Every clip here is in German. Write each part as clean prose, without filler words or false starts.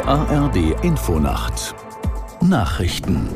ARD Infonacht Nachrichten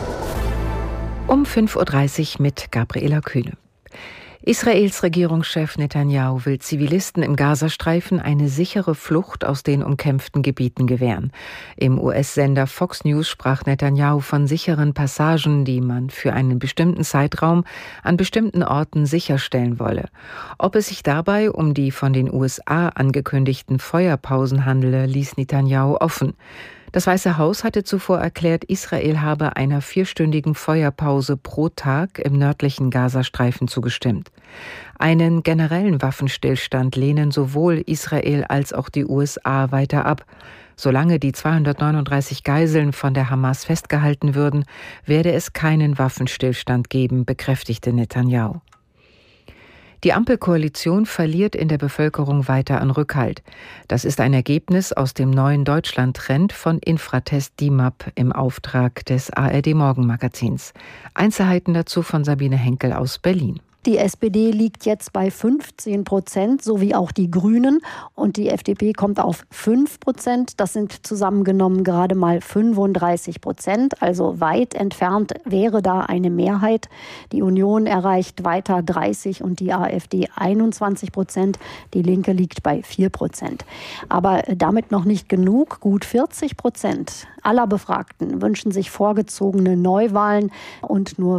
um 5:30 Uhr mit Gabriela Kühne. Israels Regierungschef Netanyahu will Zivilisten im Gazastreifen eine sichere Flucht aus den umkämpften Gebieten gewähren. Im US-Sender Fox News sprach Netanyahu von sicheren Passagen, die man für einen bestimmten Zeitraum an bestimmten Orten sicherstellen wolle. Ob es sich dabei um die von den USA angekündigten Feuerpausen handele, ließ Netanyahu offen. Das Weiße Haus hatte zuvor erklärt, Israel habe einer 4-stündigen Feuerpause pro Tag im nördlichen Gazastreifen zugestimmt. Einen generellen Waffenstillstand lehnen sowohl Israel als auch die USA weiter ab. Solange die 239 Geiseln von der Hamas festgehalten würden, werde es keinen Waffenstillstand geben, bekräftigte Netanyahu. Die Ampelkoalition verliert in der Bevölkerung weiter an Rückhalt. Das ist ein Ergebnis aus dem neuen Deutschland-Trend von Infratest DIMAP im Auftrag des ARD-Morgenmagazins. Einzelheiten dazu von Sabine Henkel aus Berlin. Die SPD liegt jetzt bei 15%, so wie auch die Grünen. Und die FDP kommt auf 5%. Das sind zusammengenommen gerade mal 35%. Also weit entfernt wäre da eine Mehrheit. Die Union erreicht weiter 30% und die AfD 21%. Die Linke liegt bei 4%. Aber damit noch nicht genug. Gut 40% aller Befragten wünschen sich vorgezogene Neuwahlen und nur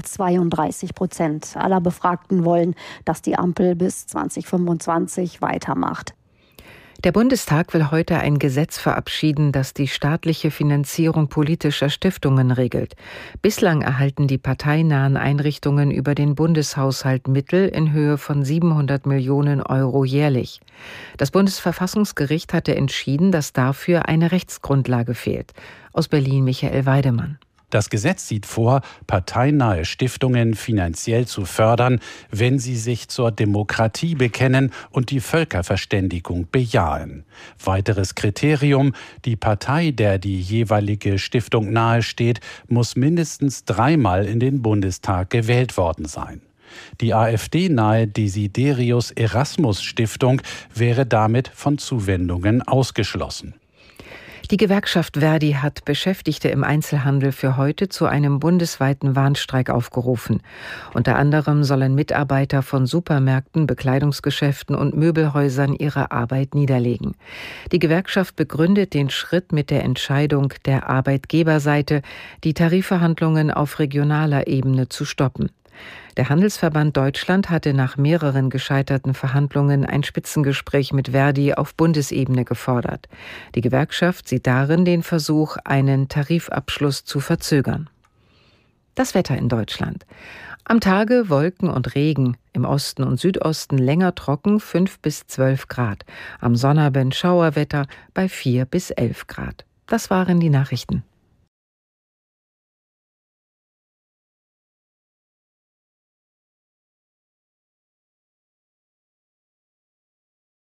32% aller Befragten wollen, dass die Ampel bis 2025 weitermacht. Der Bundestag will heute ein Gesetz verabschieden, das die staatliche Finanzierung politischer Stiftungen regelt. Bislang erhalten die parteinahen Einrichtungen über den Bundeshaushalt Mittel in Höhe von 700 Millionen Euro jährlich. Das Bundesverfassungsgericht hatte entschieden, dass dafür eine Rechtsgrundlage fehlt. Aus Berlin Michael Weidemann. Das Gesetz sieht vor, parteinahe Stiftungen finanziell zu fördern, wenn sie sich zur Demokratie bekennen und die Völkerverständigung bejahen. Weiteres Kriterium: Die Partei, der die jeweilige Stiftung nahesteht, muss mindestens 3-mal in den Bundestag gewählt worden sein. Die AfD-nahe Desiderius Erasmus Stiftung wäre damit von Zuwendungen ausgeschlossen. Die Gewerkschaft Verdi hat Beschäftigte im Einzelhandel für heute zu einem bundesweiten Warnstreik aufgerufen. Unter anderem sollen Mitarbeiter von Supermärkten, Bekleidungsgeschäften und Möbelhäusern ihre Arbeit niederlegen. Die Gewerkschaft begründet den Schritt mit der Entscheidung der Arbeitgeberseite, die Tarifverhandlungen auf regionaler Ebene zu stoppen. Der Handelsverband Deutschland hatte nach mehreren gescheiterten Verhandlungen ein Spitzengespräch mit Verdi auf Bundesebene gefordert. Die Gewerkschaft sieht darin den Versuch, einen Tarifabschluss zu verzögern. Das Wetter in Deutschland. Am Tage Wolken und Regen, im Osten und Südosten länger trocken, 5 bis 12 Grad. Am Sonnabend Schauerwetter bei 4 bis 11 Grad. Das waren die Nachrichten.